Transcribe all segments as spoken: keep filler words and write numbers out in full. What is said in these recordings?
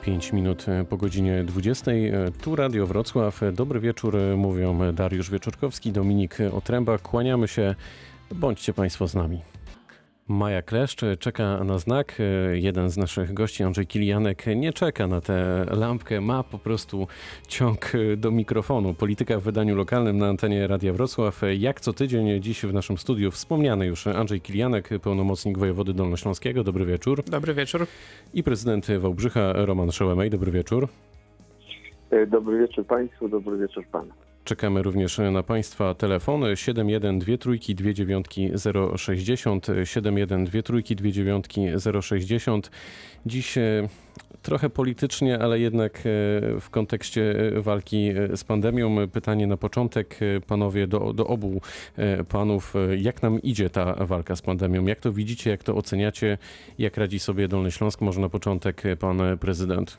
pięć minut po godzinie dwudziestej. Tu Radio Wrocław. Dobry wieczór, mówią Dariusz Wieczorkowski, Dominik Otręba. Kłaniamy się, bądźcie Państwo z nami. Maja Kleszcz czeka na znak. Jeden z naszych gości, Andrzej Kilianek, nie czeka na tę lampkę, ma po prostu ciąg do mikrofonu. Polityka w wydaniu lokalnym na antenie Radia Wrocław. Jak co tydzień dziś w naszym studiu wspomniany już Andrzej Kilianek, pełnomocnik wojewody dolnośląskiego. Dobry wieczór. Dobry wieczór. I prezydent Wałbrzycha Roman Szołemej. Dobry wieczór. Dobry wieczór Państwu, dobry wieczór Panu. Czekamy również na Państwa telefony siedem jeden dwa trójki dwie dziewiątki zero sześćdziesiąt, siedem jeden dwa trójki dwie dziewiątki zero sześćdziesiąt. Dziś trochę politycznie, ale jednak w kontekście walki z pandemią. Pytanie na początek, panowie, do, do obu panów. Jak nam idzie ta walka z pandemią? Jak to widzicie, jak to oceniacie? Jak radzi sobie Dolny Śląsk? Może na początek pan prezydent.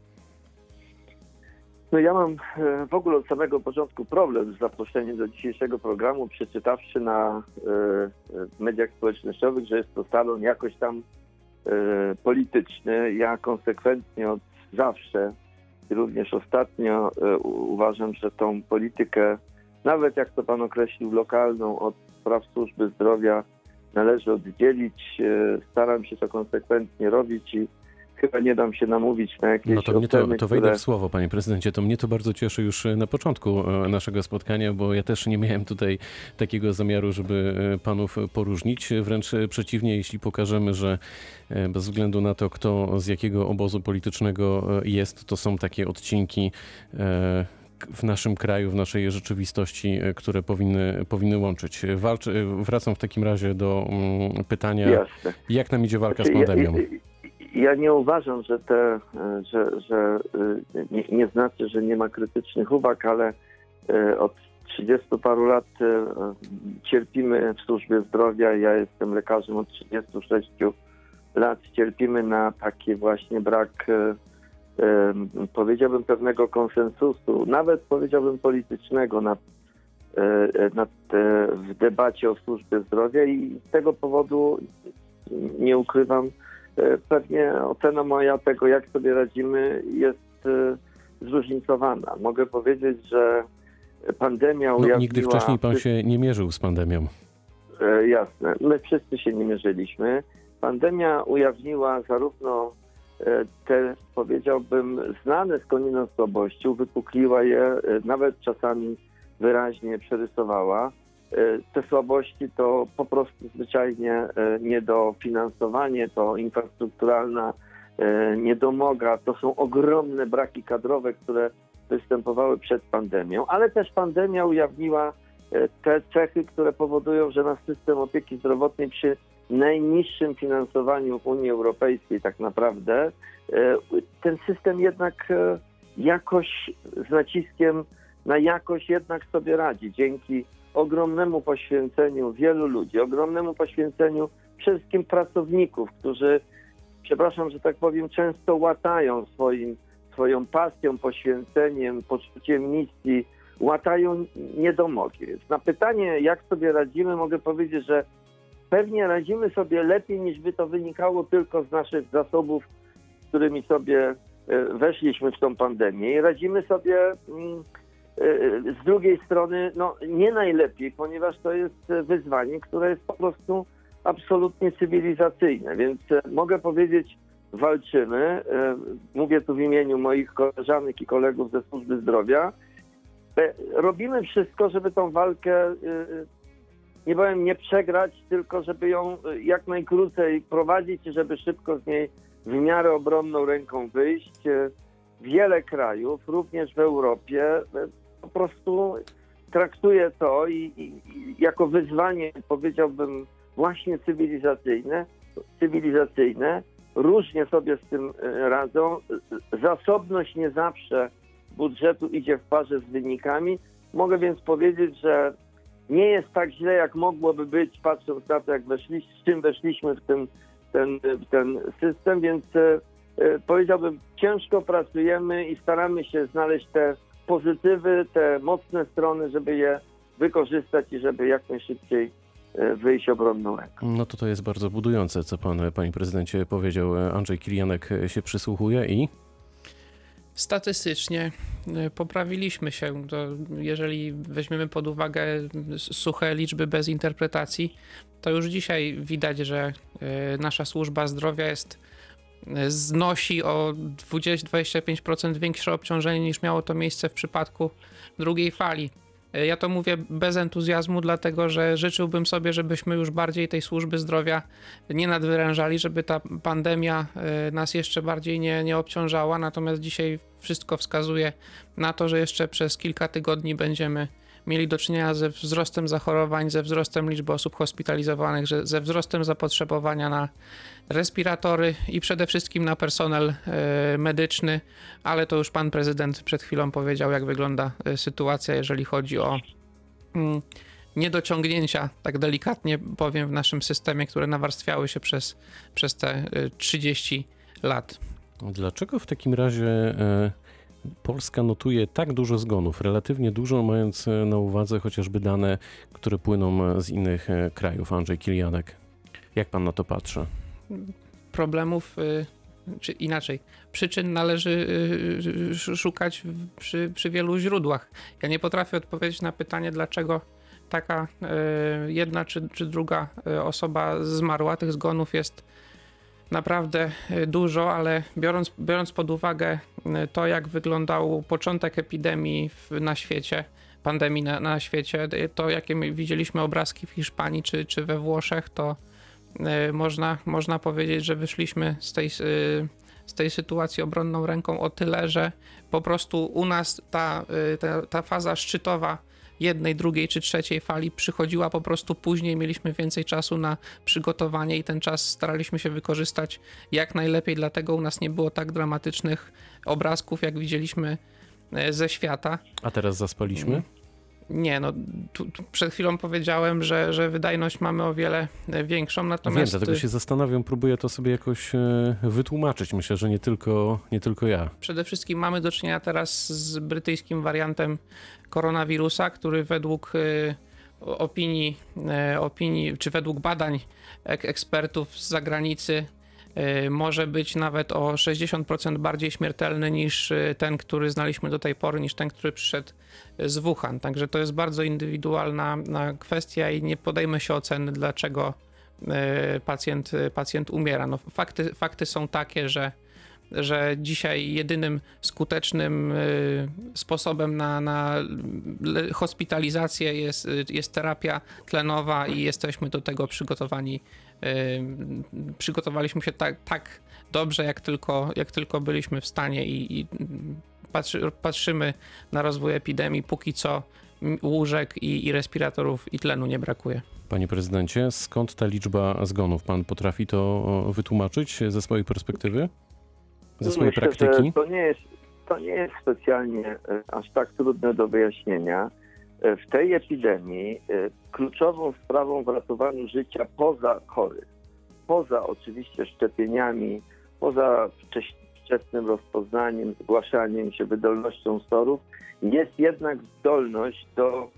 No ja mam w ogóle od samego początku problem z zaproszeniem do dzisiejszego programu, przeczytawszy na y, mediach społecznościowych, że jest to salon jakoś tam y, polityczny. Ja konsekwentnie od zawsze i również ostatnio y, uważam, że tą politykę, nawet jak to pan określił, lokalną od spraw służby zdrowia należy oddzielić. Y, staram się to konsekwentnie robić i chyba nie dam się namówić na jakieś No to mnie to, oceny, to wejdę które... w słowo, panie prezydencie. To mnie to bardzo cieszy już na początku naszego spotkania, bo ja też nie miałem tutaj takiego zamiaru, żeby panów poróżnić. Wręcz przeciwnie, jeśli pokażemy, że bez względu na to, kto z jakiego obozu politycznego jest, to są takie odcinki w naszym kraju, w naszej rzeczywistości, które powinny, powinny łączyć. Walcz, wracam w takim razie do pytania, Jasne. Jak nam idzie walka z pandemią? Ja, ja, Ja nie uważam, że te, że, że nie, nie znaczy, że nie ma krytycznych uwag, ale od trzydziestu paru lat cierpimy w służbie zdrowia. Ja jestem lekarzem od trzydziestu sześciu lat. Cierpimy na taki właśnie brak, powiedziałbym, pewnego konsensusu, nawet powiedziałbym politycznego na, na te, w debacie o służbie zdrowia i z tego powodu nie ukrywam, pewnie ocena moja tego, jak sobie radzimy, jest zróżnicowana. Mogę powiedzieć, że pandemia ujawniła... No, nigdy wcześniej pan się nie mierzył z pandemią. E, jasne. My wszyscy się nie mierzyliśmy. Pandemia ujawniła zarówno te, powiedziałbym, znane skądinąd słabości, uwypukliła je, nawet czasami wyraźnie przerysowała. Te słabości to po prostu zwyczajnie niedofinansowanie, to infrastrukturalna niedomoga, to są ogromne braki kadrowe, które występowały przed pandemią, ale też pandemia ujawniła te cechy, które powodują, że nasz system opieki zdrowotnej przy najniższym finansowaniu w Unii Europejskiej tak naprawdę ten system jednak jakoś z naciskiem na jakość jednak sobie radzi dzięki ogromnemu poświęceniu wielu ludzi, ogromnemu poświęceniu przede wszystkim pracowników, którzy, przepraszam, że tak powiem, często łatają swoim, swoją pasją, poświęceniem, poczuciem misji, łatają niedomogi. Na pytanie, jak sobie radzimy, mogę powiedzieć, że pewnie radzimy sobie lepiej, niż by to wynikało tylko z naszych zasobów, z którymi sobie weszliśmy w tą pandemię. I radzimy sobie... Mm, z drugiej strony, no nie najlepiej, ponieważ to jest wyzwanie, które jest po prostu absolutnie cywilizacyjne. Więc mogę powiedzieć, walczymy. Mówię tu w imieniu moich koleżanek i kolegów ze służby zdrowia. Robimy wszystko, żeby tą walkę, nie powiem nie przegrać, tylko żeby ją jak najkrócej prowadzić i żeby szybko z niej w miarę obronną ręką wyjść. Wiele krajów, również w Europie, po prostu traktuje to i, i, i jako wyzwanie, powiedziałbym, właśnie cywilizacyjne, cywilizacyjne. Różnie sobie z tym radzą. Zasobność nie zawsze budżetu idzie w parze z wynikami. Mogę więc powiedzieć, że nie jest tak źle, jak mogłoby być, patrząc na to, jak weszli, z czym weszliśmy w ten, ten, ten system, więc powiedziałbym, ciężko pracujemy i staramy się znaleźć te pozytywy, te mocne strony, żeby je wykorzystać i żeby jak najszybciej wyjść obronną ręką. No to to jest bardzo budujące, co pan, panie prezydencie, powiedział. Andrzej Kilianek się przysłuchuje i... Statystycznie poprawiliśmy się. To jeżeli weźmiemy pod uwagę suche liczby bez interpretacji, to już dzisiaj widać, że nasza służba zdrowia jest znosi o dwadzieścia do dwudziestu pięciu procent większe obciążenie niż miało to miejsce w przypadku drugiej fali. Ja to mówię bez entuzjazmu, dlatego że życzyłbym sobie, żebyśmy już bardziej tej służby zdrowia nie nadwyrężali, żeby ta pandemia nas jeszcze bardziej nie, nie obciążała. Natomiast dzisiaj wszystko wskazuje na to, że jeszcze przez kilka tygodni będziemy mieli do czynienia ze wzrostem zachorowań, ze wzrostem liczby osób hospitalizowanych, że ze wzrostem zapotrzebowania na respiratory i przede wszystkim na personel e, medyczny, ale to już pan prezydent przed chwilą powiedział, jak wygląda e, sytuacja, jeżeli chodzi o mm, niedociągnięcia, tak delikatnie powiem, w naszym systemie, które nawarstwiały się przez, przez te e, trzydzieści lat. Dlaczego w takim razie e... Polska notuje tak dużo zgonów, relatywnie dużo, mając na uwadze chociażby dane, które płyną z innych krajów? Andrzej Kilianek, jak pan na to patrzy? Problemów, czy inaczej, przyczyn należy szukać przy, przy wielu źródłach. Ja nie potrafię odpowiedzieć na pytanie, dlaczego taka jedna czy, czy druga osoba zmarła. Tych zgonów jest naprawdę dużo, ale biorąc, biorąc pod uwagę to, jak wyglądał początek epidemii w, na świecie, pandemii na, na świecie, to jakie my widzieliśmy obrazki w Hiszpanii czy, czy we Włoszech, to y, można, można powiedzieć, że wyszliśmy z tej, y, z tej sytuacji obronną ręką o tyle, że po prostu u nas ta, y, ta, ta faza szczytowa jednej, drugiej czy trzeciej fali przychodziła po prostu później, mieliśmy więcej czasu na przygotowanie i ten czas staraliśmy się wykorzystać jak najlepiej, dlatego u nas nie było tak dramatycznych obrazków, jak widzieliśmy ze świata. A teraz zaspaliśmy? Nie, no tu, tu przed chwilą powiedziałem, że, że wydajność mamy o wiele większą, natomiast... Wiem, dlatego się zastanawiam, próbuję to sobie jakoś wytłumaczyć. Myślę, że nie tylko, nie tylko ja. Przede wszystkim mamy do czynienia teraz z brytyjskim wariantem koronawirusa, który według opinii, opinii czy według badań ekspertów z zagranicy może być nawet o sześćdziesiąt procent bardziej śmiertelny niż ten, który znaliśmy do tej pory, niż ten, który przyszedł z Wuhan. Także to jest bardzo indywidualna kwestia i nie podejmę się oceny, dlaczego pacjent, pacjent umiera. No, fakty, fakty są takie, że że dzisiaj jedynym skutecznym sposobem na, na hospitalizację jest, jest terapia tlenowa i jesteśmy do tego przygotowani. Przygotowaliśmy się tak, tak dobrze, jak tylko, jak tylko byliśmy w stanie i, i patrzy, patrzymy na rozwój epidemii. Póki co łóżek i, i respiratorów i tlenu nie brakuje. Panie prezydencie, skąd ta liczba zgonów? Pan potrafi to wytłumaczyć ze swojej perspektywy? Ze swojej Myślę, praktyki? Że to nie jest, to nie jest specjalnie aż tak trudne do wyjaśnienia. W tej epidemii kluczową sprawą w ratowaniu życia poza chorych, poza oczywiście szczepieniami, poza wczesnym rozpoznaniem, zgłaszaniem się, wydolnością sorów, jest jednak zdolność do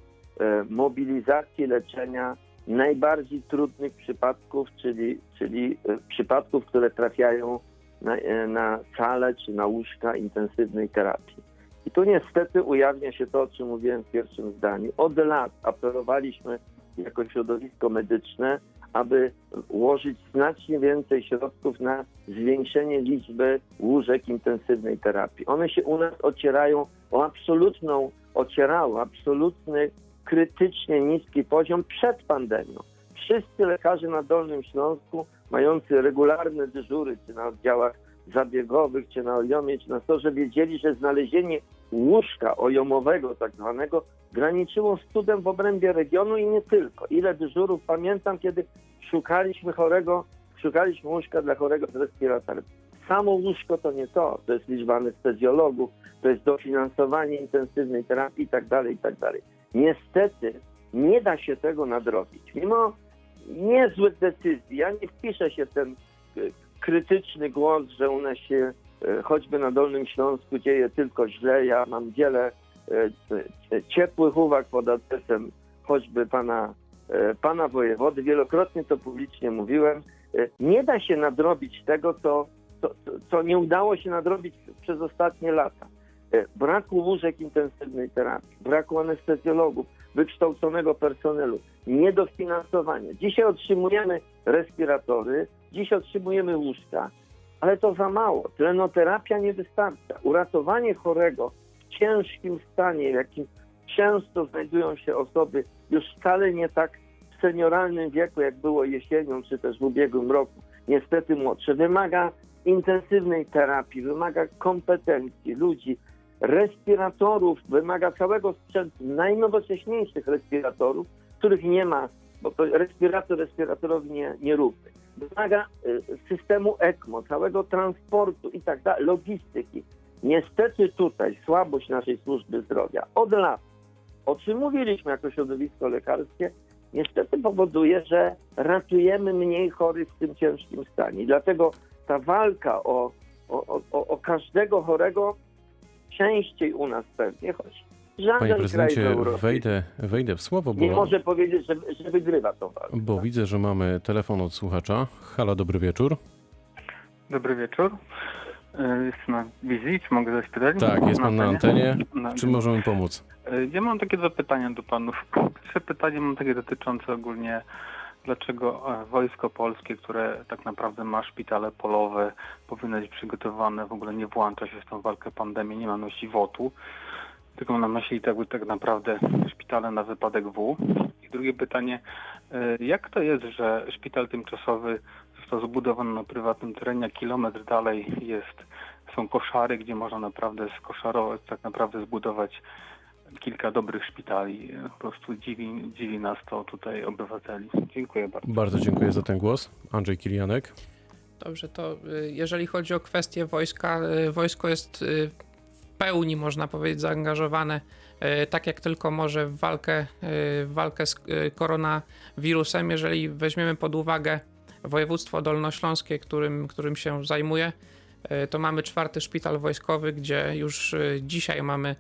mobilizacji leczenia najbardziej trudnych przypadków, czyli, czyli przypadków, które trafiają Na, na salę czy na łóżka intensywnej terapii. I tu niestety ujawnia się to, o czym mówiłem w pierwszym zdaniu. Od lat apelowaliśmy jako środowisko medyczne, aby ułożyć znacznie więcej środków na zwiększenie liczby łóżek intensywnej terapii. One się u nas ocierają o absolutną, ocierały absolutny, krytycznie niski poziom przed pandemią. Wszyscy lekarze na Dolnym Śląsku mający regularne dyżury, czy na oddziałach zabiegowych, czy na ojomie, czy na storze, wiedzieli, że znalezienie łóżka ojomowego tak zwanego graniczyło z cudem w obrębie regionu i nie tylko. Ile dyżurów pamiętam, kiedy szukaliśmy chorego, szukaliśmy łóżka dla chorego z respiratorem. Samo łóżko to nie to, to jest liczba anestezjologów, to jest dofinansowanie intensywnej terapii i tak dalej, i tak dalej. Niestety nie da się tego nadrobić. Mimo niezłych decyzji. Ja nie wpiszę się w ten krytyczny głos, że u nas się choćby na Dolnym Śląsku dzieje tylko źle. Ja mam wiele ciepłych uwag pod adresem choćby pana, pana wojewody. Wielokrotnie to publicznie mówiłem. Nie da się nadrobić tego, co co, co nie udało się nadrobić przez ostatnie lata. Braku łóżek intensywnej terapii, braku anestezjologów, wykształconego personelu, niedofinansowanie. Dzisiaj otrzymujemy respiratory, dziś otrzymujemy łóżka, ale to za mało. Tlenoterapia nie wystarcza. Uratowanie chorego w ciężkim stanie, w jakim często znajdują się osoby już wcale nie tak w senioralnym wieku, jak było jesienią czy też w ubiegłym roku, niestety młodsze, wymaga intensywnej terapii, wymaga kompetencji ludzi, respiratorów, wymaga całego sprzętu, najnowocześniejszych respiratorów, których nie ma, bo to respirator respiratorowi nie, nie równy. Wymaga y, systemu ECMO, całego transportu i tak dalej, logistyki. Niestety tutaj słabość naszej służby zdrowia od lat, o czym mówiliśmy jako środowisko lekarskie, niestety powoduje, że ratujemy mniej chorych w tym ciężkim stanie. Dlatego ta walka o, o, o, o każdego chorego częściej u nas pewnie, choć żaden Panie kraj w prezydencie, Europie wejdę, wejdę w słowo, nie bo, może powiedzieć, że, że wygrywa to walkę. bo tak? widzę, że mamy telefon od słuchacza. Halo, dobry wieczór. Dobry wieczór. Y, Jest na wizji, czy mogę coś pytać? Tak, jest pan na antenie. Na- Czym możemy pomóc? Y, Ja mam takie dwa pytania do panów. Pierwsze pytanie mam takie dotyczące ogólnie, dlaczego e, Wojsko Polskie, które tak naprawdę ma szpitale polowe, powinno być przygotowane, w ogóle nie włącza się w tą walkę pandemii, nie ma na myśli wotu, tylko mam na myśli tak, tak naprawdę szpitale na wypadek W. I drugie pytanie, y, jak to jest, że szpital tymczasowy został zbudowany na prywatnym terenie, a kilometr dalej jest, są koszary, gdzie można naprawdę skoszarować, tak naprawdę zbudować kilka dobrych szpitali. Po prostu dziwi, dziwi nas to tutaj obywateli. Dziękuję bardzo. Bardzo dziękuję za ten głos. Andrzej Kilianek. Dobrze, to y, jeżeli chodzi o kwestię wojska, y, wojsko jest y, w pełni, można powiedzieć, zaangażowane, y, tak jak tylko może w walkę, y, w walkę z y, koronawirusem. Jeżeli weźmiemy pod uwagę województwo dolnośląskie, którym, którym się zajmuję, y, to mamy czwarty szpital wojskowy, gdzie już y, dzisiaj mamy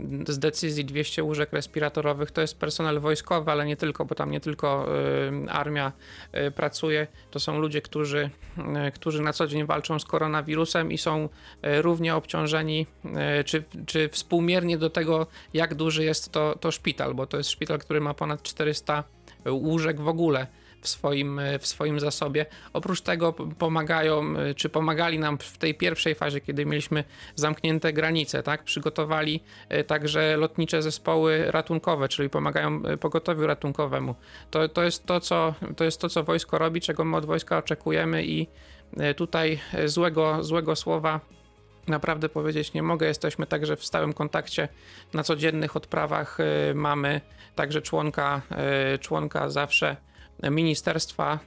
z decyzji dwieście łóżek respiratorowych. To jest personel wojskowy, ale nie tylko, bo tam nie tylko y, armia y, pracuje. To są ludzie, którzy, y, którzy na co dzień walczą z koronawirusem i są y, równie obciążeni, y, czy, czy współmiernie do tego, jak duży jest to, to szpital, bo to jest szpital, który ma ponad czterysta łóżek w ogóle w swoim, w swoim zasobie. Oprócz tego pomagają, czy pomagali nam w tej pierwszej fazie, kiedy mieliśmy zamknięte granice, tak? Przygotowali także lotnicze zespoły ratunkowe, czyli pomagają pogotowiu ratunkowemu. To, to, jest to, co, to jest to, co wojsko robi, czego my od wojska oczekujemy i tutaj złego, złego słowa naprawdę powiedzieć nie mogę. Jesteśmy także w stałym kontakcie na codziennych odprawach. Mamy także członka, członka zawsze ministerstwa,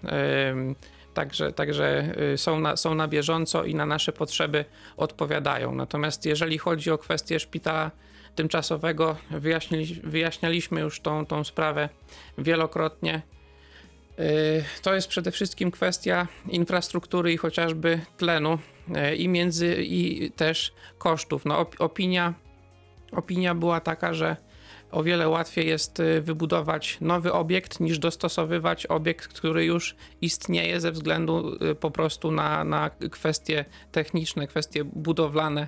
także, także są, na, są na bieżąco i na nasze potrzeby odpowiadają. Natomiast jeżeli chodzi o kwestię szpitala tymczasowego, wyjaśnili, wyjaśnialiśmy już tą, tą sprawę wielokrotnie. To jest przede wszystkim kwestia infrastruktury i chociażby tlenu i między i też kosztów. No, opinia, opinia była taka, że o wiele łatwiej jest wybudować nowy obiekt niż dostosowywać obiekt, który już istnieje ze względu po prostu na, na kwestie techniczne, kwestie budowlane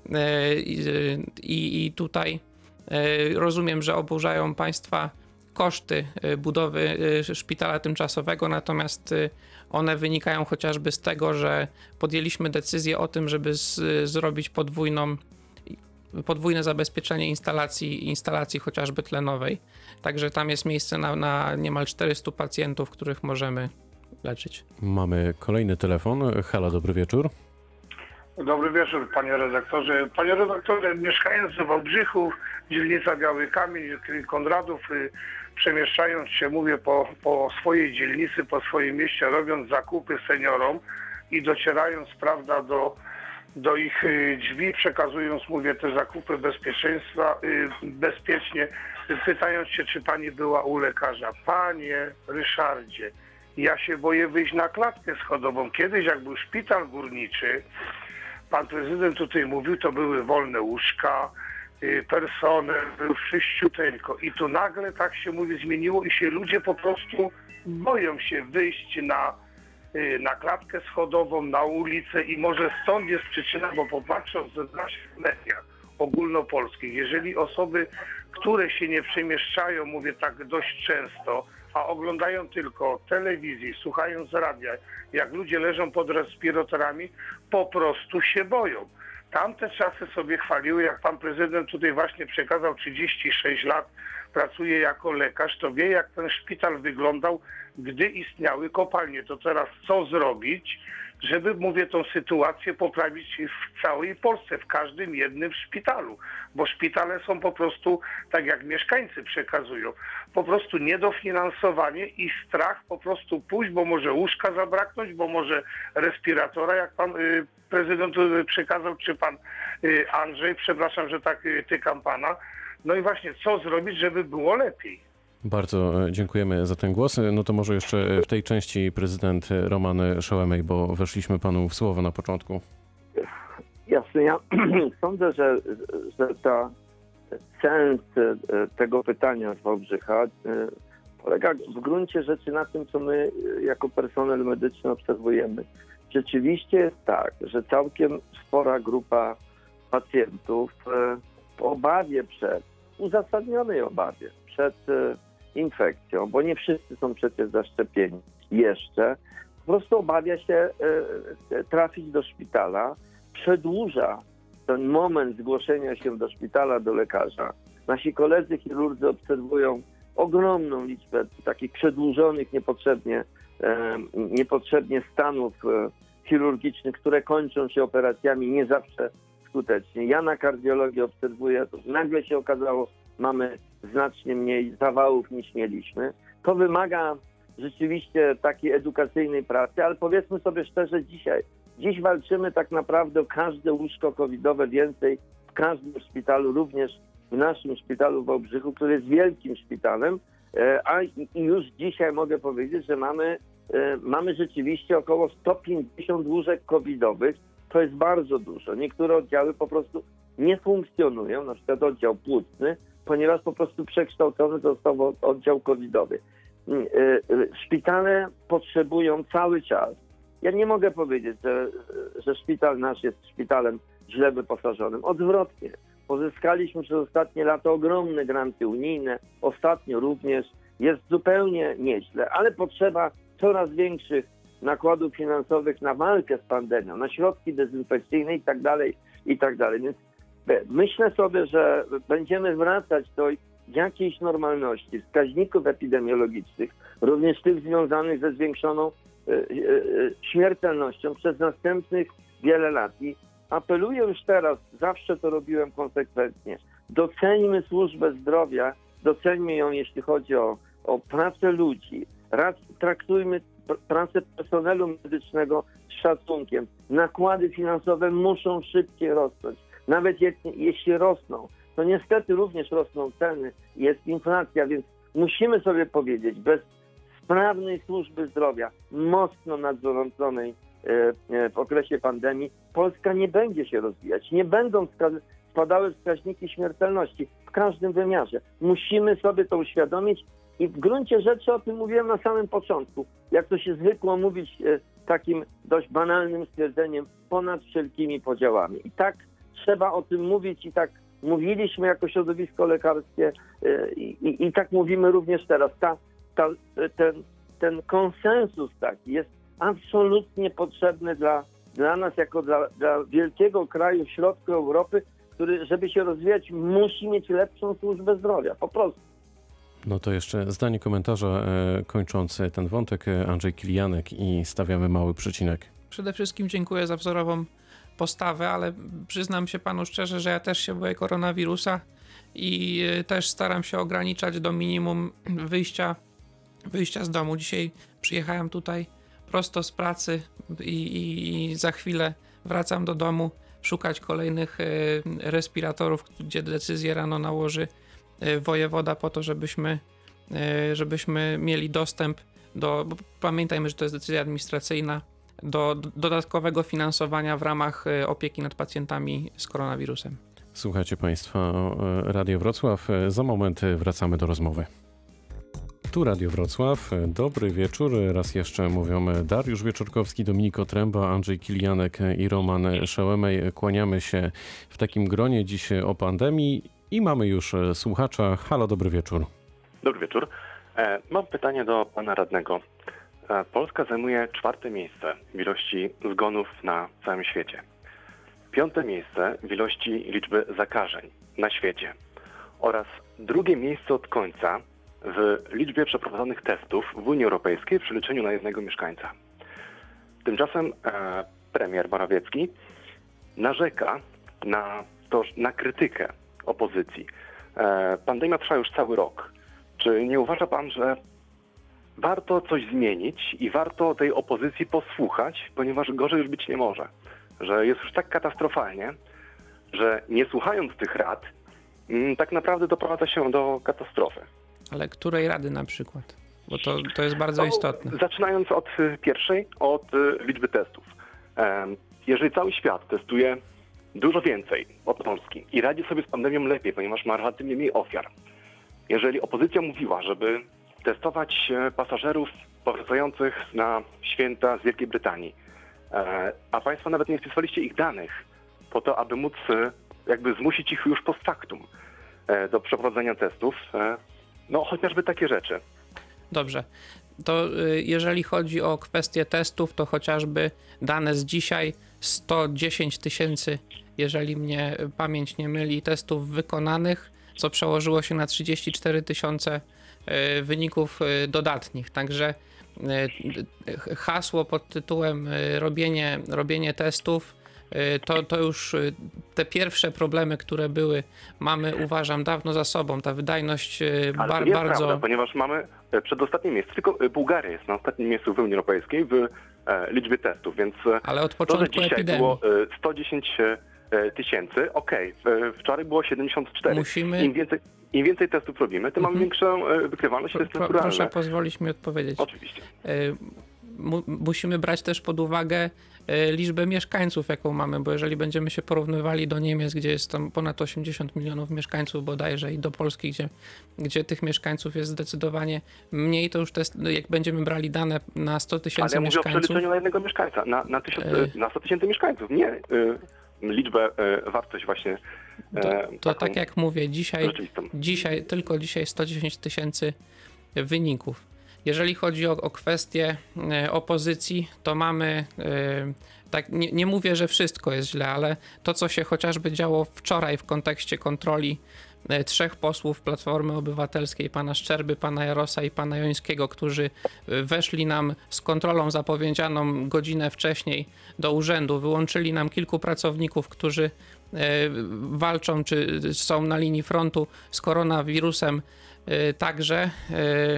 i, i tutaj rozumiem, że oburzają Państwa koszty budowy szpitala tymczasowego, natomiast one wynikają chociażby z tego, że podjęliśmy decyzję o tym, żeby z, zrobić podwójną podwójne zabezpieczenie instalacji, instalacji chociażby tlenowej. Także tam jest miejsce na, na niemal czterystu pacjentów, których możemy leczyć. Mamy kolejny telefon. Halo, dobry wieczór. Dobry wieczór, panie redaktorze. Panie redaktorze, mieszkając w Wałbrzychu, dzielnica Biały Kamień, Konradów, przemieszczając się, mówię, po, po swojej dzielnicy, po swoim mieście, robiąc zakupy seniorom i docierając, prawda, do do ich drzwi, przekazując, mówię, te zakupy bezpieczeństwa, bezpiecznie, pytając się, czy pani była u lekarza. Panie Ryszardzie, ja się boję wyjść na klatkę schodową. Kiedyś, jak był szpital górniczy, pan prezydent tutaj mówił, to były wolne łóżka, personel, był wszyściuteńko. I tu nagle, tak się mówi, zmieniło i się ludzie po prostu boją się wyjść na y, na klatkę schodową, na ulicę i może stąd jest przyczyna, bo popatrząc w naszych mediach ogólnopolskich, jeżeli osoby, które się nie przemieszczają, mówię tak dość często, a oglądają tylko telewizji, słuchając radia, jak ludzie leżą pod respiratorami, po prostu się boją. Tamte czasy sobie chwaliły, jak pan prezydent tutaj właśnie przekazał trzydzieści sześć lat, pracuje jako lekarz, to wie, jak ten szpital wyglądał, gdy istniały kopalnie. To teraz co zrobić, żeby, mówię, tą sytuację poprawić w całej Polsce, w każdym jednym szpitalu, bo szpitale są po prostu, tak jak mieszkańcy przekazują, po prostu niedofinansowanie i strach po prostu pójść, bo może łóżka zabraknąć, bo może respiratora, jak pan y, prezydent y, przekazał, czy pan y, Andrzej, przepraszam, że tak y, tykam pana. No i właśnie, co zrobić, żeby było lepiej? Bardzo dziękujemy za ten głos. No to może jeszcze w tej części prezydent Roman Szołemej, bo weszliśmy panu w słowo na początku. Jasne, ja sądzę, że, że ta sens tego pytania z Wałbrzycha polega w gruncie rzeczy na tym, co my jako personel medyczny obserwujemy. Rzeczywiście jest tak, że całkiem spora grupa pacjentów w obawie przed, uzasadnionej obawie przed infekcją, bo nie wszyscy są przecież zaszczepieni jeszcze, po prostu obawia się trafić do szpitala, przedłuża ten moment zgłoszenia się do szpitala, do lekarza. Nasi koledzy chirurdzy obserwują ogromną liczbę takich przedłużonych niepotrzebnie, niepotrzebnie stanów chirurgicznych, które kończą się operacjami nie zawsze skutecznie. Ja na kardiologii obserwuję, to nagle się okazało, mamy znacznie mniej zawałów niż mieliśmy. To wymaga rzeczywiście takiej edukacyjnej pracy, ale powiedzmy sobie szczerze dzisiaj, dziś walczymy tak naprawdę o każde łóżko covidowe więcej w każdym szpitalu, również w naszym szpitalu w Wałbrzychu, który jest wielkim szpitalem, a i już dzisiaj mogę powiedzieć, że mamy, mamy rzeczywiście około sto pięćdziesiąt łóżek covidowych. To jest bardzo dużo. Niektóre oddziały po prostu nie funkcjonują, na przykład oddział płucny, ponieważ po prostu przekształcony został oddział covidowy. Szpitale potrzebują cały czas. Ja nie mogę powiedzieć, że, że szpital nasz jest szpitalem źle wyposażonym. Odwrotnie. Pozyskaliśmy przez ostatnie lata ogromne granty unijne. Ostatnio również jest zupełnie nieźle, ale potrzeba coraz większych nakładów finansowych na walkę z pandemią, na środki dezynfekcyjne i tak dalej, i tak dalej. Więc myślę sobie, że będziemy wracać do jakiejś normalności wskaźników epidemiologicznych, również tych związanych ze zwiększoną e, e, śmiertelnością przez następnych wiele lat. I apeluję już teraz, zawsze to robiłem konsekwentnie, doceńmy służbę zdrowia, doceńmy ją, jeśli chodzi o, o pracę ludzi, raz traktujmy pracę personelu medycznego z szacunkiem. Nakłady finansowe muszą szybciej rosnąć. Nawet je, jeśli rosną, to niestety również rosną ceny, jest inflacja, więc musimy sobie powiedzieć, bez sprawnej służby zdrowia, mocno nadzorowanej w okresie pandemii, Polska nie będzie się rozwijać. Nie będą spadały wskaźniki śmiertelności w każdym wymiarze. Musimy sobie to uświadomić i w gruncie rzeczy o tym mówiłem na samym początku. Jak to się zwykło mówić takim dość banalnym stwierdzeniem, ponad wszelkimi podziałami. I tak trzeba o tym mówić i tak mówiliśmy jako środowisko lekarskie i, i, i tak mówimy również teraz. Ta, ta, ten, ten konsensus taki jest absolutnie potrzebny dla, dla nas, jako dla, dla wielkiego kraju w środku Europy, który, żeby się rozwijać, musi mieć lepszą służbę zdrowia. Po prostu. No to jeszcze zdanie komentarza e, kończące ten wątek. Andrzej Kilianek i stawiamy mały przecinek. Przede wszystkim dziękuję za wzorową postawę, ale przyznam się panu szczerze, że ja też się boję koronawirusa i też staram się ograniczać do minimum wyjścia, wyjścia z domu. Dzisiaj przyjechałem tutaj prosto z pracy i, i, i za chwilę wracam do domu szukać kolejnych respiratorów, gdzie decyzję rano nałoży wojewoda po to, żebyśmy, żebyśmy mieli dostęp do, bo pamiętajmy, że to jest decyzja administracyjna, do dodatkowego finansowania w ramach opieki nad pacjentami z koronawirusem. Słuchajcie Państwa Radio Wrocław. Za moment wracamy do rozmowy. Tu Radio Wrocław. Dobry wieczór. Raz jeszcze mówią Dariusz Wieczorkowski, Dominik Otręba, Andrzej Kilianek i Roman Szełemej. Kłaniamy się w takim gronie dziś o pandemii i mamy już słuchacza. Halo, dobry wieczór. Dobry wieczór. E, mam pytanie do pana radnego. E, Polska zajmuje czwarte miejsce w ilości zgonów na całym świecie. Piąte miejsce w ilości liczby zakażeń na świecie. Oraz drugie miejsce od końca w liczbie przeprowadzonych testów w Unii Europejskiej w przeliczeniu na jednego mieszkańca. Tymczasem e, premier Morawiecki narzeka na, to, na krytykę opozycji. E, pandemia trwa już cały rok. Czy nie uważa pan, że warto coś zmienić i warto tej opozycji posłuchać, ponieważ gorzej już być nie może? Że jest już tak katastrofalnie, że nie słuchając tych rad, m, tak naprawdę doprowadza się do katastrofy. Ale której rady na przykład? Bo to, to jest bardzo No, istotne. Zaczynając od y, pierwszej, od y, liczby testów. Em, jeżeli cały świat testuje dużo więcej od Polski i radzi sobie z pandemią lepiej, ponieważ ma relatywnie mniej ofiar. Jeżeli opozycja mówiła, żeby testować e, pasażerów powracających na święta z Wielkiej Brytanii, e, a państwo nawet nie wpisywaliście ich danych po to, aby móc e, jakby zmusić ich już post factum e, do przeprowadzenia testów, e, no chociażby takie rzeczy. Dobrze. To y, jeżeli chodzi o kwestię testów, to chociażby dane z dzisiaj sto dziesięć tysięcy, jeżeli mnie pamięć nie myli, testów wykonanych, co przełożyło się na trzydzieści cztery tysiące y, wyników y, dodatnich. Także y, hasło pod tytułem y, robienie, robienie testów, y, to, to już y, te pierwsze problemy, które były, mamy, uważam, dawno za sobą. Ta wydajność y, Ale bar, to nie jest bardzo... prawda, ponieważ mamy e, przedostatnie miejsce, tylko e, Bułgaria jest na ostatnim miejscu w Unii Europejskiej w e, liczbie testów, więc e, Ale od to, że początku dzisiaj epidemii było e, sto dziesięć tysięcy, okej, okay. Wczoraj było siedemdziesiąt cztery. Musimy- Im więcej, im więcej testów robimy, tym mamy większą e, wykrywalność, to jest Pro, naturalne. proszę pozwolić mi odpowiedzieć. Oczywiście. Y, mu, musimy brać też pod uwagę y, liczbę mieszkańców, jaką mamy, bo jeżeli będziemy się porównywali do Niemiec, gdzie jest tam ponad osiemdziesiąt milionów mieszkańców bodajże, i do Polski, gdzie, gdzie tych mieszkańców jest zdecydowanie mniej, to już test, jak będziemy brali dane na sto Ale tysięcy ja mówię o mieszkańców, przeliczeniu na jednego mieszkańca, na, na, tysiąc, E. na sto tysięcy mieszkańców, nie e, liczbę, e, wartość właśnie e, to, to taką tak jak mówię, dzisiaj, rzeczywistą. dzisiaj tylko dzisiaj sto dziesięć tysięcy wyników. Jeżeli chodzi o, o kwestię e, opozycji, to mamy, e, tak nie, nie mówię, że wszystko jest źle, ale to, co się chociażby działo wczoraj w kontekście kontroli e, trzech posłów Platformy Obywatelskiej, pana Szczerby, pana Jarosa i pana Jońskiego, którzy e, weszli nam z kontrolą zapowiedzianą godzinę wcześniej do urzędu, wyłączyli nam kilku pracowników, którzy e, walczą czy są na linii frontu z koronawirusem, y, także y,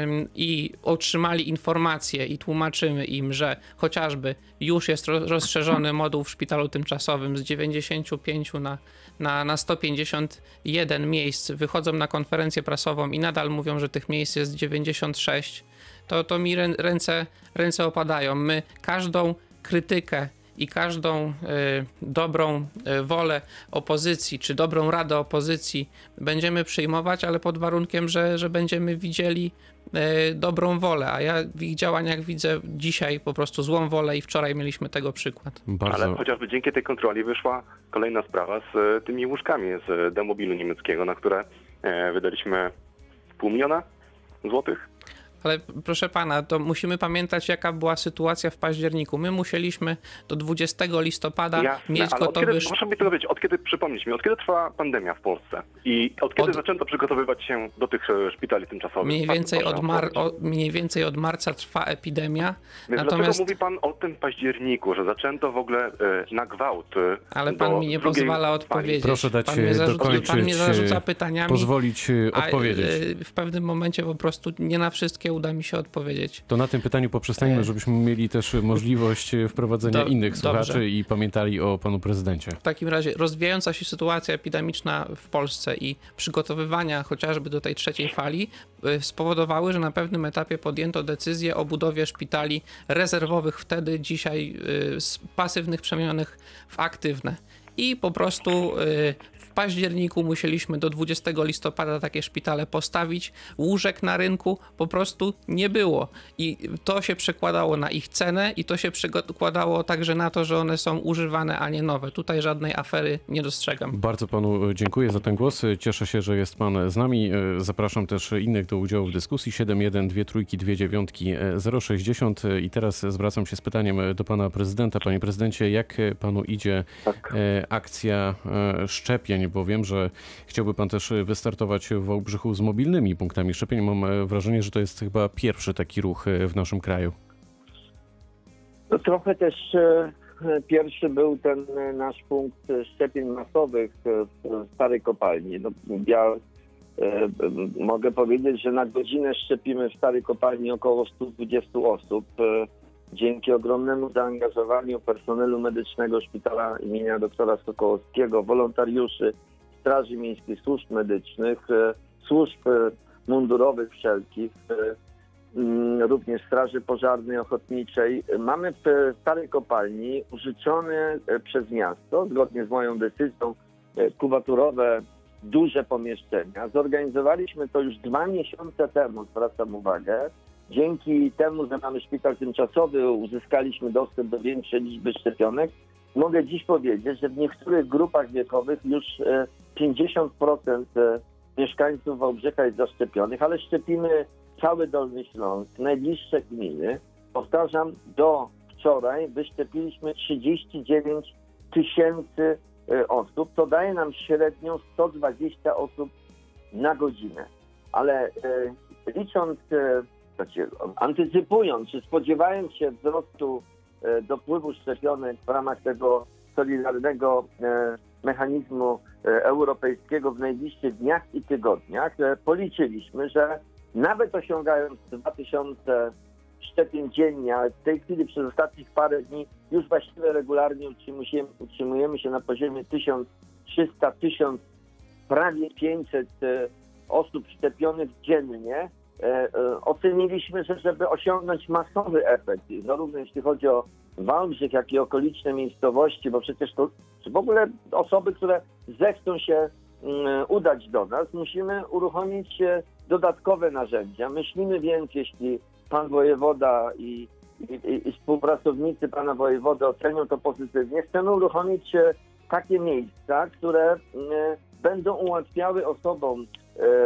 i otrzymali informacje i tłumaczymy im, że chociażby już jest ro- rozszerzony moduł w szpitalu tymczasowym z dziewięćdziesięciu pięciu na, na, na sto pięćdziesiąt jeden miejsc. Wychodzą na konferencję prasową i nadal mówią, że tych miejsc jest dziewięćdziesiąt sześć. To, to mi rę- ręce, ręce opadają. My każdą krytykę i każdą y, dobrą y, wolę opozycji, czy dobrą radę opozycji będziemy przyjmować, ale pod warunkiem, że, że będziemy widzieli y, dobrą wolę, a ja w ich działaniach widzę dzisiaj po prostu złą wolę i wczoraj mieliśmy tego przykład. Bardzo... Ale chociażby dzięki tej kontroli wyszła kolejna sprawa z e, tymi łóżkami z demobilu niemieckiego, na które e, wydaliśmy pół miliona złotych. Ale proszę pana, to musimy pamiętać, jaka była sytuacja w październiku. My musieliśmy do dwudziestego listopada Jasne, mieć ale od gotowy... kiedy, proszę mi to powiedzieć, od kiedy, przypomnieć mi, od kiedy trwa pandemia w Polsce i od kiedy Od- zaczęto przygotowywać się do tych e, szpitali tymczasowych? Mniej Tak, więcej, proszę od mar- odpowiedzieć. o, mniej więcej od marca trwa epidemia, Więc natomiast... dlaczego mówi pan o tym październiku, że zaczęto w ogóle e, na gwałt e, Ale do pan mi nie drugiej pozwala fali? odpowiedzieć. Proszę dać pan mnie e, zarzuca, dokończyć, pan mnie zarzuca e, pytaniami, pozwolić e, a odpowiedzieć. e, w pewnym momencie po prostu nie na wszystkie uda mi się odpowiedzieć. To na tym pytaniu poprzestańmy, E. żebyśmy mieli też możliwość e, wprowadzenia Do- innych słuchaczy dobrze. i pamiętali o panu prezydencie. W takim razie rozwijająca się sytuacja epidemiczna w Polsce i przygotowywania chociażby do tej trzeciej fali y, spowodowały, że na pewnym etapie podjęto decyzję o budowie szpitali rezerwowych wtedy, dzisiaj y, z pasywnych przemienionych w aktywne. I po prostu y, w październiku musieliśmy do dwudziestego listopada takie szpitale postawić. Łóżek na rynku po prostu nie było. I to się przekładało na ich cenę i to się przekładało także na to, że one są używane, a nie nowe. Tutaj żadnej afery nie dostrzegam. Bardzo panu dziękuję za ten głos. Cieszę się, że jest pan z nami. Zapraszam też innych do udziału w dyskusji. siedem jeden dwie trójki dwie dziewiątki zero sześćdziesiąt. I teraz zwracam się z pytaniem do pana prezydenta. Panie prezydencie, jak panu idzie Tak. akcja szczepień? Bo wiem, że chciałby pan też wystartować w Wałbrzychu z mobilnymi punktami szczepień. Mam wrażenie, że to jest chyba pierwszy taki ruch w naszym kraju. No, trochę też e, pierwszy był ten nasz punkt szczepień masowych w starej kopalni. No, ja e, mogę powiedzieć, że na godzinę szczepimy w starej kopalni około sto dwadzieścia osób. E, dzięki ogromnemu zaangażowaniu personelu medycznego szpitala imienia doktora Sokołowskiego, wolontariuszy Straży Miejskiej, służb medycznych, e, służb e, mundurowych wszelkich, e, również Straży Pożarnej, Ochotniczej. Mamy w starej kopalni użyczone przez miasto, zgodnie z moją decyzją, kubaturowe, duże pomieszczenia. Zorganizowaliśmy to już dwa miesiące temu, zwracam uwagę. Dzięki temu, że mamy szpital tymczasowy, uzyskaliśmy dostęp do większej liczby szczepionek. Mogę dziś powiedzieć, że w niektórych grupach wiekowych już pięćdziesiąt procent mieszkańców Wałbrzycha jest zaszczepionych, ale szczepimy cały Dolny Śląsk, najbliższe gminy. Powtarzam, do wczoraj wyszczepiliśmy trzydzieści dziewięć tysięcy osób. To daje nam średnią sto dwadzieścia osób na godzinę. Ale e, licząc, e, znaczy, antycypując, czy spodziewając się wzrostu e, dopływu szczepionek w ramach tego solidarnego e, mechanizmu e, europejskiego w najbliższych dniach i tygodniach, e, policzyliśmy, że nawet osiągając dwa tysiące szczepień dziennie, ale w tej chwili przez ostatnich parę dni już właściwie regularnie utrzymujemy, utrzymujemy się na poziomie tysiąc trzysta, tysiąc, prawie pięćset osób szczepionych dziennie. E, e, oceniliśmy, że żeby osiągnąć masowy efekt, zarówno jeśli chodzi o Wałbrzych, jak i okoliczne miejscowości, bo przecież to w ogóle osoby, które zechcą się um, udać do nas, musimy uruchomić dodatkowe narzędzia. Myślimy więc, jeśli pan wojewoda i, i, i współpracownicy pana wojewody ocenią to pozytywnie, chcemy uruchomić takie miejsca, które e, będą ułatwiały osobom e, e,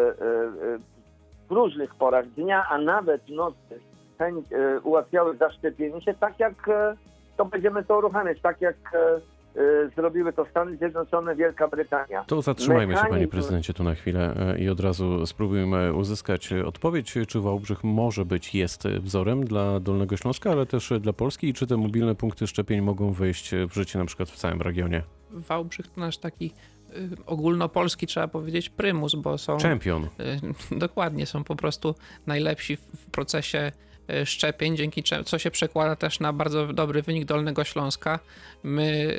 w różnych porach dnia, a nawet nocy chęć, e, ułatwiały zaszczepienie się, tak jak e, to będziemy to uruchamiać, tak jak e, zrobiły to Stany Zjednoczone, Wielka Brytania. To zatrzymajmy Mechanizm... się, panie prezydencie, tu na chwilę i od razu spróbujemy uzyskać odpowiedź, czy Wałbrzych może być, jest wzorem dla Dolnego Śląska, ale też dla Polski i czy te mobilne punkty szczepień mogą wejść w życie na przykład w całym regionie? Wałbrzych to nasz taki y, ogólnopolski, trzeba powiedzieć, prymus, bo są... Czempion. Y, dokładnie, są po prostu najlepsi w, w procesie szczepień, dzięki czemu, co się przekłada też na bardzo dobry wynik Dolnego Śląska. My,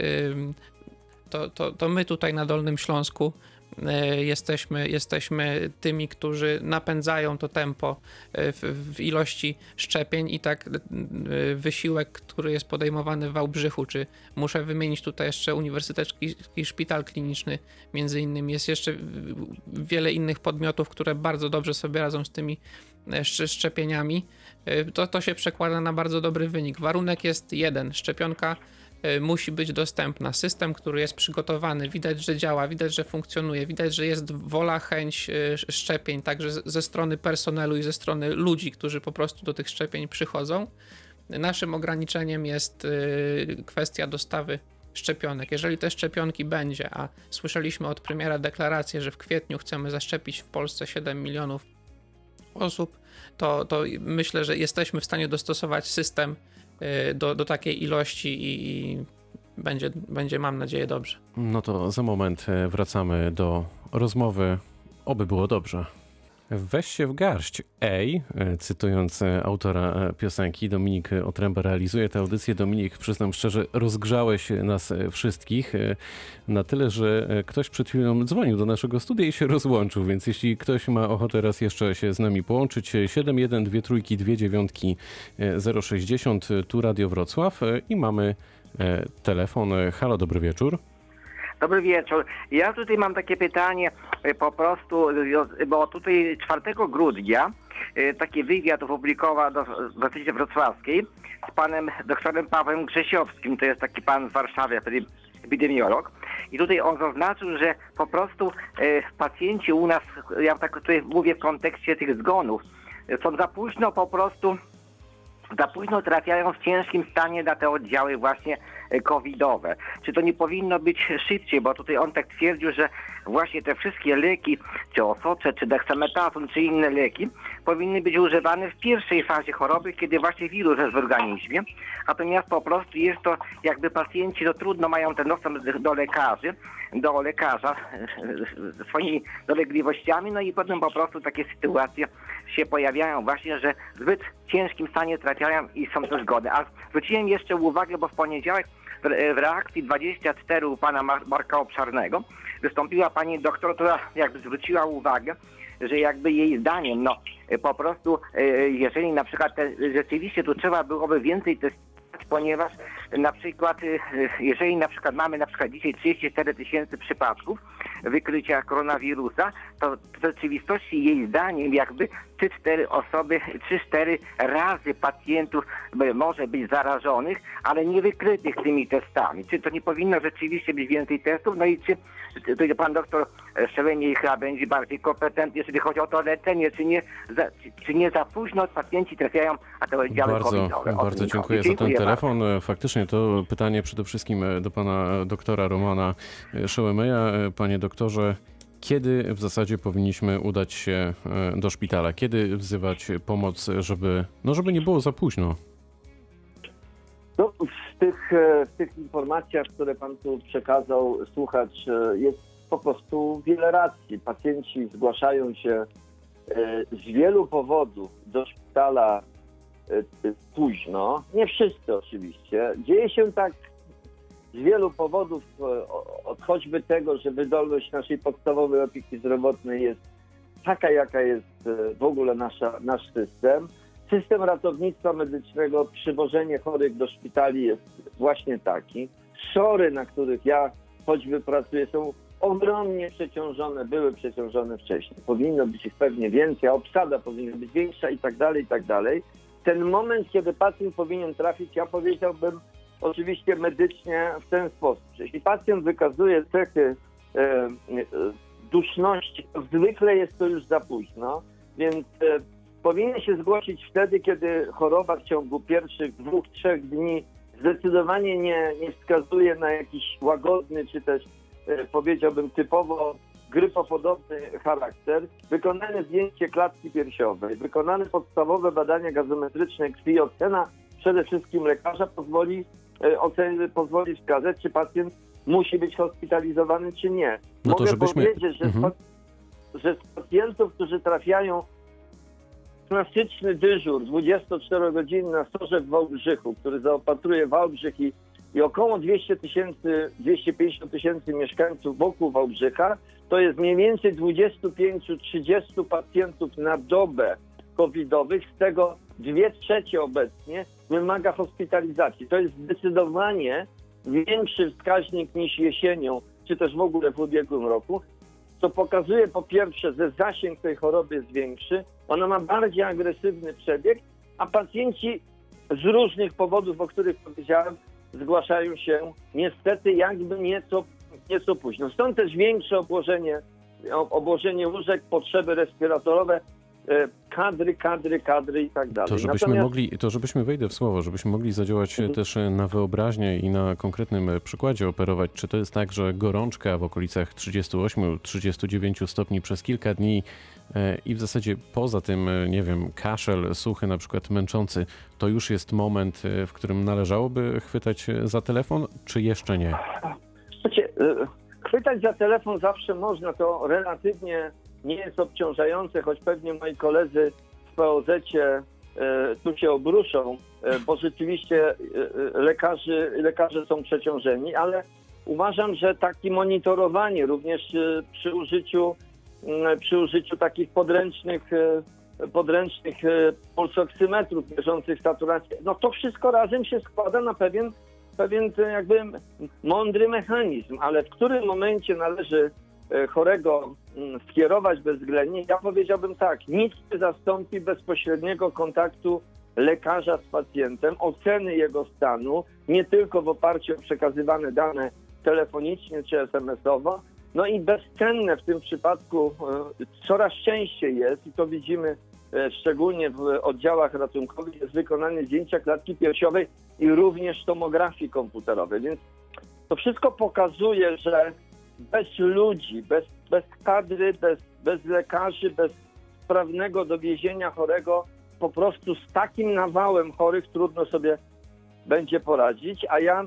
to, to, to my tutaj na Dolnym Śląsku jesteśmy, jesteśmy tymi, którzy napędzają to tempo w, w ilości szczepień i tak wysiłek, który jest podejmowany w Wałbrzychu, czy muszę wymienić tutaj jeszcze Uniwersytecki Szpital Kliniczny, między innymi jest jeszcze wiele innych podmiotów, które bardzo dobrze sobie radzą z tymi szczepieniami. To, to się przekłada na bardzo dobry wynik. Warunek jest jeden. Szczepionka musi być dostępna. System, który jest przygotowany, widać, że działa, widać, że funkcjonuje, widać, że jest wola, chęć szczepień, także ze strony personelu i ze strony ludzi, którzy po prostu do tych szczepień przychodzą. Naszym ograniczeniem jest kwestia dostawy szczepionek. Jeżeli te szczepionki będzie, a słyszeliśmy od premiera deklarację, że w kwietniu chcemy zaszczepić w Polsce siedem milionów osób, to, to myślę, że jesteśmy w stanie dostosować system do, do takiej ilości i, i będzie, będzie, mam nadzieję, dobrze. No to za moment wracamy do rozmowy. Oby było dobrze. Weź się w garść. Ej, cytując autora piosenki, Dominik Otręba realizuje tę audycję. Dominik, przyznam szczerze, rozgrzałeś nas wszystkich na tyle, że ktoś przed chwilą dzwonił do naszego studia i się rozłączył, więc jeśli ktoś ma ochotę raz jeszcze się z nami połączyć, siedem jeden dwie trójki dwie dziewiątki zero sześćdziesiąt, tu Radio Wrocław i mamy telefon. Halo, dobry wieczór. Dobry wieczór. Ja tutaj mam takie pytanie e, po prostu, bo tutaj czwartego grudnia e, taki wywiad opublikował do w Gazecie Wrocławskiej z panem doktorem Pawłem Grzesiowskim, to jest taki pan z Warszawy, epidemiolog. I tutaj on zaznaczył, że po prostu e, pacjenci u nas, ja tak tutaj mówię w kontekście tych zgonów, są za późno po prostu za późno trafiają w ciężkim stanie na te oddziały właśnie covidowe. Czy to nie powinno być szybciej, bo tutaj on tak twierdził, że właśnie te wszystkie leki, czy osocze, czy dexametazon, czy inne leki powinny być używane w pierwszej fazie choroby, kiedy właśnie wirus jest w organizmie, natomiast po prostu jest to jakby pacjenci, no trudno mają ten dostęp do lekarzy, do lekarza swoimi dolegliwościami, no i potem po prostu takie sytuacje się pojawiają właśnie, że w zbyt ciężkim stanie trafiają i są to zgody. A zwróciłem jeszcze uwagę, bo w poniedziałek w, w reakcji dwadzieścia cztery u pana Marka Obszarnego wystąpiła pani doktor, która jakby zwróciła uwagę, że jakby jej zdaniem, no po prostu jeżeli na przykład te, rzeczywiście tu trzeba byłoby więcej testować, ponieważ na przykład jeżeli na przykład mamy na przykład dzisiaj trzydzieści cztery tysięcy przypadków wykrycia koronawirusa, to w rzeczywistości jej zdaniem jakby trzy cztery osoby, trzy cztery razy pacjentów może być zarażonych, ale nie wykrytych tymi testami. Czy to nie powinno rzeczywiście być więcej testów? No i czy tutaj pan doktor Szczelenie chyba będzie bardziej kompetentny, jeżeli chodzi o to leczenie, czy nie za, czy nie za późno pacjenci trafiają na te oddziały Bardzo, covidowe. bardzo dziękuję, dziękuję za ten bardzo. telefon. Faktycznie to pytanie przede wszystkim do pana doktora Romana Szołemyja. Panie doktorze, kiedy w zasadzie powinniśmy udać się do szpitala? Kiedy wzywać pomoc, żeby, no żeby nie było za późno? No, w, tych, w tych informacjach, które pan tu przekazał, słuchacz, jest po prostu wiele racji. Pacjenci zgłaszają się z wielu powodów do szpitala późno. Nie wszyscy oczywiście. Dzieje się tak z wielu powodów, od choćby tego, że wydolność naszej podstawowej opieki zdrowotnej jest taka, jaka jest w ogóle nasza, nasz system. System ratownictwa medycznego, przywożenie chorych do szpitali jest właśnie taki. Szory, na których ja choćby pracuję, są ogromnie przeciążone, były przeciążone wcześniej. Powinno być ich pewnie więcej, a obsada powinna być większa i tak dalej, i tak dalej. Ten moment, kiedy pacjent powinien trafić, ja powiedziałbym oczywiście medycznie w ten sposób. Jeśli pacjent wykazuje cechy e, e, duszności, to zwykle jest to już za późno, więc e, powinien się zgłosić wtedy, kiedy choroba w ciągu pierwszych dwóch, trzech dni zdecydowanie nie, nie wskazuje na jakiś łagodny, czy też e, powiedziałbym typowo grypopodobny charakter. Wykonane zdjęcie klatki piersiowej, wykonane podstawowe badania gazometryczne krwi i ocena przede wszystkim lekarza pozwoli, e, ocen, pozwoli wskazać, czy pacjent musi być hospitalizowany, czy nie. No to Mogę żebyśmy... powiedzieć, że, Mhm. z, że z pacjentów, którzy trafiają klasyczny dyżur dwudziestoczterogodzinny na SOR-ze w Wałbrzychu, który zaopatruje Wałbrzych i, i około dwieście tysięcy, dwieście pięćdziesiąt tysięcy mieszkańców wokół Wałbrzycha, to jest mniej więcej dwadzieścia pięć do trzydziestu pacjentów na dobę covidowych, z tego dwie trzecie obecnie wymaga hospitalizacji. To jest zdecydowanie większy wskaźnik niż jesienią, czy też w ogóle w ubiegłym roku, co pokazuje po pierwsze, że zasięg tej choroby jest większy, ona ma bardziej agresywny przebieg, a pacjenci z różnych powodów, o których powiedziałem, zgłaszają się niestety jakby nieco, nieco późno. Stąd też większe obłożenie, obłożenie łóżek, potrzeby respiratorowe, kadry, kadry, kadry i tak dalej. To żebyśmy Natomiast... mogli, to żebyśmy, wejdę w słowo, żebyśmy mogli zadziałać Mhm. też na wyobraźnię i na konkretnym przykładzie operować. Czy to jest tak, że gorączka w okolicach trzydziestu ośmiu do trzydziestu dziewięciu stopni przez kilka dni e, i w zasadzie poza tym, e, nie wiem, kaszel suchy, na przykład męczący, to już jest moment, e, w którym należałoby chwytać za telefon, czy jeszcze nie? Słuchajcie, chwytać za telefon zawsze można, to relatywnie nie jest obciążające, choć pewnie moi koledzy w P O Z-cie e, tu się obruszą, e, bo rzeczywiście e, lekarzy, lekarze są przeciążeni, ale uważam, że takie monitorowanie również e, przy użyciu, e, przy użyciu takich podręcznych, e, podręcznych e, pulsoksymetrów mierzących saturację, no to wszystko razem się składa na pewien pewien jakby mądry mechanizm, ale w którym momencie należy chorego skierować bezwzględnie, ja powiedziałbym tak, nic nie zastąpi bezpośredniego kontaktu lekarza z pacjentem, oceny jego stanu, nie tylko w oparciu o przekazywane dane telefonicznie czy es em esowo, no i bezcenne w tym przypadku coraz częściej jest, i to widzimy szczególnie w oddziałach ratunkowych, jest wykonanie zdjęcia klatki piersiowej i również tomografii komputerowej. Więc to wszystko pokazuje, że bez ludzi, bez, bez kadry, bez, bez lekarzy, bez sprawnego dowiezienia chorego, po prostu z takim nawałem chorych trudno sobie będzie poradzić. A ja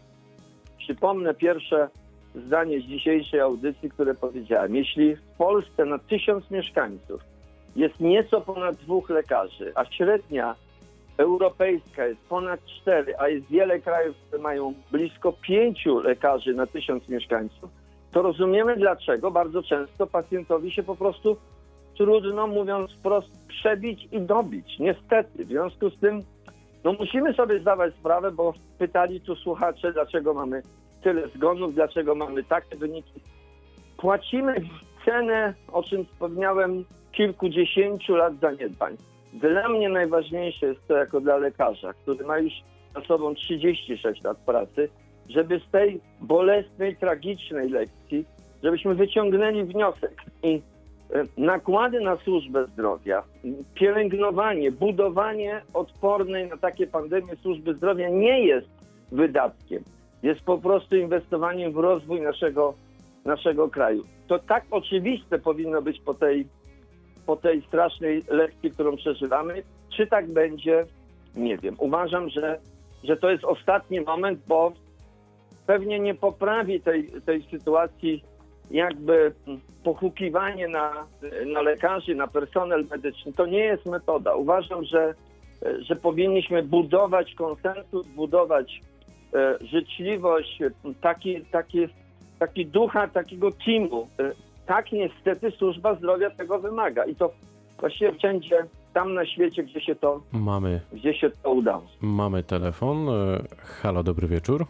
przypomnę pierwsze zdanie z dzisiejszej audycji, które powiedziałem. Jeśli w Polsce na tysiąc mieszkańców jest nieco ponad dwóch lekarzy, a średnia europejska jest ponad cztery, a jest wiele krajów, które mają blisko pięciu lekarzy na tysiąc mieszkańców, to rozumiemy, dlaczego bardzo często pacjentowi się po prostu trudno, mówiąc wprost, przebić i dobić. Niestety. W związku z tym no musimy sobie zdawać sprawę, bo pytali tu słuchacze, dlaczego mamy tyle zgonów, dlaczego mamy takie wyniki. Płacimy cenę, o czym wspomniałem, kilkudziesięciu lat zaniedbań. Dla mnie najważniejsze jest to, jako dla lekarza, który ma już za sobą trzydzieści sześć lat pracy, żeby z tej bolesnej, tragicznej lekcji, żebyśmy wyciągnęli wniosek i nakłady na służbę zdrowia, pielęgnowanie, budowanie odpornej na takie pandemie służby zdrowia nie jest wydatkiem. Jest po prostu inwestowaniem w rozwój naszego, naszego kraju. To tak oczywiste powinno być po tej, po tej strasznej lekcji, którą przeżywamy. Czy tak będzie? Nie wiem. Uważam, że, że to jest ostatni moment, bo pewnie nie poprawi tej, tej sytuacji jakby pochukiwanie na, na lekarzy, na personel medyczny. To nie jest metoda. Uważam, że, że powinniśmy budować konsensus, budować e, życzliwość, taki, taki, taki ducha takiego teamu. E, tak niestety służba zdrowia tego wymaga. I to właściwie wszędzie tam na świecie, gdzie się to, mamy, gdzie się to udało. Mamy telefon. Halo, dobry wieczór.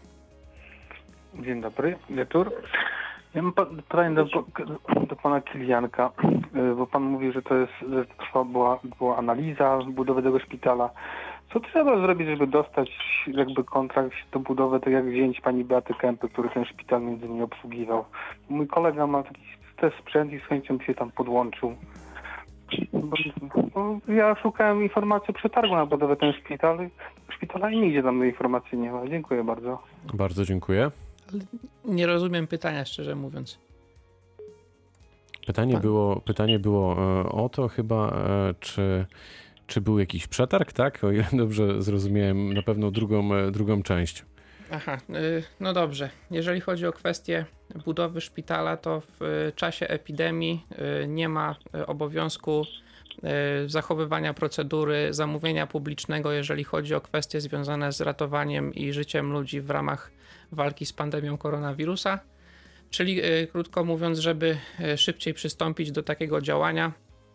Dzień dobry, wieczór. Ja mam pytanie do, do pana Kilianka, bo pan mówi, że to jest, że trwa, była, była analiza budowy tego szpitala. Co trzeba zrobić, żeby dostać jakby kontrakt do budowy, tak jak wziąć pani Beaty Kępy, który ten szpital między innymi obsługiwał? Mój kolega ma taki też sprzęt i z chęcią się tam podłączył. Bo, bo ja szukałem informacji o przetargu na budowę ten szpital, szpitala i nigdzie tam tej informacji nie ma. Dziękuję bardzo. Bardzo dziękuję. Ale nie rozumiem pytania, szczerze mówiąc. Pytanie było, pytanie było o to chyba, czy, czy był jakiś przetarg, tak? O ile dobrze zrozumiałem, na pewno drugą, drugą część. Aha, no dobrze. Jeżeli chodzi o kwestię budowy szpitala, to w czasie epidemii nie ma obowiązku zachowywania procedury zamówienia publicznego, jeżeli chodzi o kwestie związane z ratowaniem i życiem ludzi w ramach walki z pandemią koronawirusa. Czyli krótko mówiąc, żeby szybciej przystąpić do takiego działania,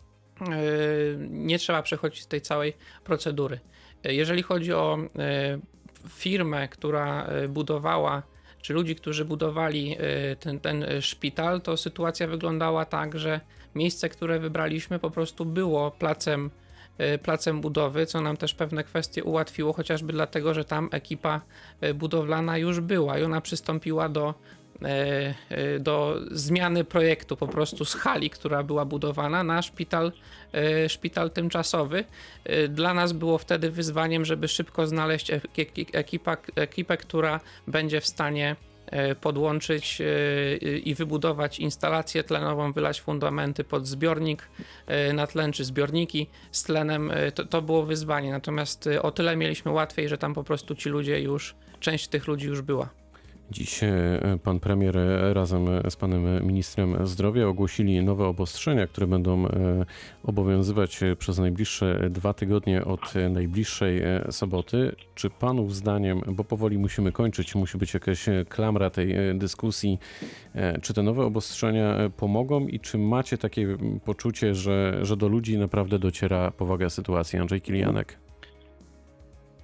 nie trzeba przechodzić tej całej procedury. Jeżeli chodzi o firmę, która budowała, czy ludzi, którzy budowali ten, ten szpital, to sytuacja wyglądała tak, że miejsce, które wybraliśmy, po prostu było placem, placem budowy, co nam też pewne kwestie ułatwiło, chociażby dlatego, że tam ekipa budowlana już była i ona przystąpiła do, do zmiany projektu po prostu z hali, która była budowana, na szpital, szpital tymczasowy. Dla nas było wtedy wyzwaniem, żeby szybko znaleźć ekipa, ekipę, która będzie w stanie podłączyć i wybudować instalację tlenową, wylać fundamenty pod zbiornik na tlen, czy zbiorniki z tlenem. To, to było wyzwanie, natomiast o tyle mieliśmy łatwiej, że tam po prostu ci ludzie już, część tych ludzi już była. Dziś pan premier razem z panem ministrem zdrowia ogłosili nowe obostrzenia, które będą obowiązywać przez najbliższe dwa tygodnie od najbliższej soboty. Czy panów zdaniem, bo powoli musimy kończyć, musi być jakaś klamra tej dyskusji, czy te nowe obostrzenia pomogą i czy macie takie poczucie, że, że do ludzi naprawdę dociera powaga sytuacji? Andrzej Kilianek.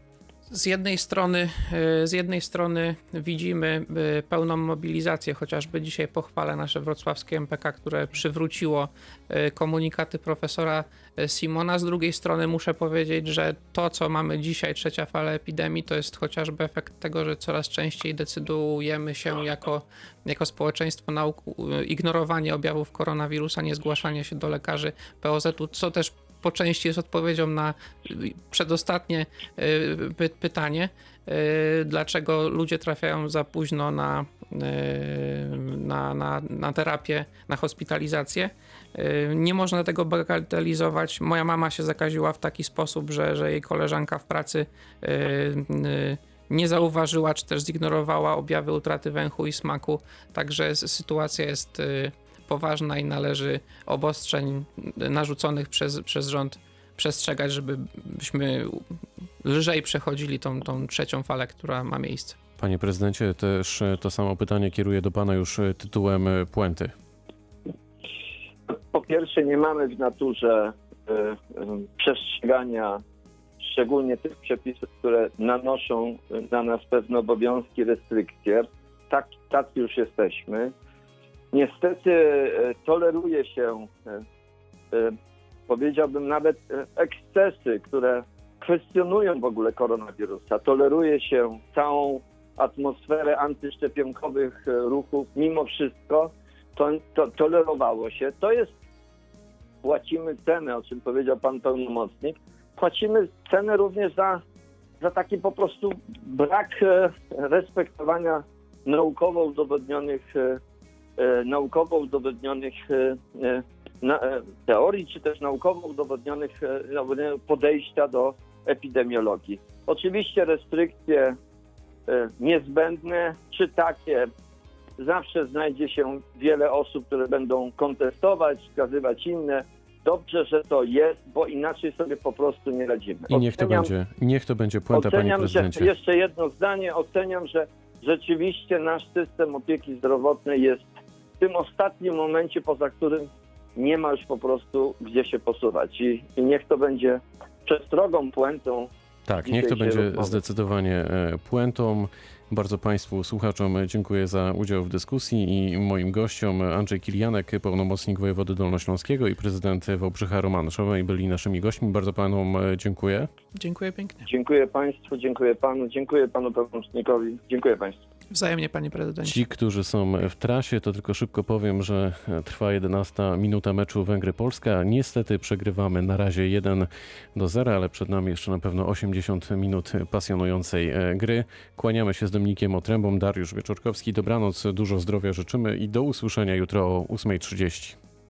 Z jednej strony, z jednej strony widzimy pełną mobilizację, chociażby dzisiaj pochwalę nasze wrocławskie M P K, które przywróciło komunikaty profesora Simona. Z drugiej strony muszę powiedzieć, że to, co mamy dzisiaj, trzecia fala epidemii, to jest chociażby efekt tego, że coraz częściej decydujemy się jako, jako społeczeństwo na ignorowanie objawów koronawirusa, nie zgłaszanie się do lekarzy P O Z-u, co też po części jest odpowiedzią na przedostatnie py- pytanie, dlaczego ludzie trafiają za późno na, na, na, na terapię, na hospitalizację. Nie można tego bagatelizować. Moja mama się zakaziła w taki sposób, że, że jej koleżanka w pracy nie zauważyła, czy też zignorowała objawy utraty węchu i smaku. Także sytuacja jest poważna i należy obostrzeń narzuconych przez, przez rząd przestrzegać, żebyśmy lżej przechodzili tą, tą trzecią falę, która ma miejsce. Panie prezydencie, też to samo pytanie kieruję do pana już tytułem puenty. Po pierwsze, nie mamy w naturze y, y, przestrzegania szczególnie tych przepisów, które nanoszą na nas pewne obowiązki, restrykcje. Tak, tacy już jesteśmy. Niestety toleruje się, powiedziałbym, nawet ekscesy, które kwestionują w ogóle koronawirusa. Toleruje się całą atmosferę antyszczepionkowych ruchów. Mimo wszystko to, to tolerowało się. To jest, płacimy cenę, o czym powiedział pan pełnomocnik. Płacimy cenę również za, za taki po prostu brak respektowania naukowo udowodnionych naukowo udowodnionych teorii, czy też naukowo udowodnionych podejścia do epidemiologii. Oczywiście restrykcje niezbędne, czy takie, zawsze znajdzie się wiele osób, które będą kontestować, wskazywać inne. Dobrze, że to jest, bo inaczej sobie po prostu nie radzimy. I niech to Oceniam, będzie, niech to będzie puenta, panie oceniam, prezydencie. Że, jeszcze jedno zdanie. Oceniam, że rzeczywiście nasz system opieki zdrowotnej jest w tym ostatnim momencie, poza którym nie ma już po prostu gdzie się posuwać. I, i niech to będzie przestrogą, puentą. Tak, niech to będzie rozmowy. zdecydowanie puentą. Bardzo Państwu słuchaczom dziękuję za udział w dyskusji i moim gościom Andrzej Kilianek, pełnomocnik wojewody dolnośląskiego i prezydent Wałbrzycha Roman Szałaj byli naszymi gośćmi. Bardzo Panom dziękuję. Dziękuję pięknie. Dziękuję Państwu, dziękuję Panu, dziękuję Panu pełnomocnikowi. Dziękuję Państwu. Wzajemnie, panie prezydencie. Ci, którzy są w trasie, to tylko szybko powiem, że trwa jedenasta minuta meczu Węgry-Polska. Niestety przegrywamy na razie jeden do zera, ale przed nami jeszcze na pewno osiemdziesiąt minut pasjonującej gry. Kłaniamy się z Dominikiem Otrębą, Dariusz Wieczorkowski. Dobranoc, dużo zdrowia życzymy i do usłyszenia jutro o ósma trzydzieści.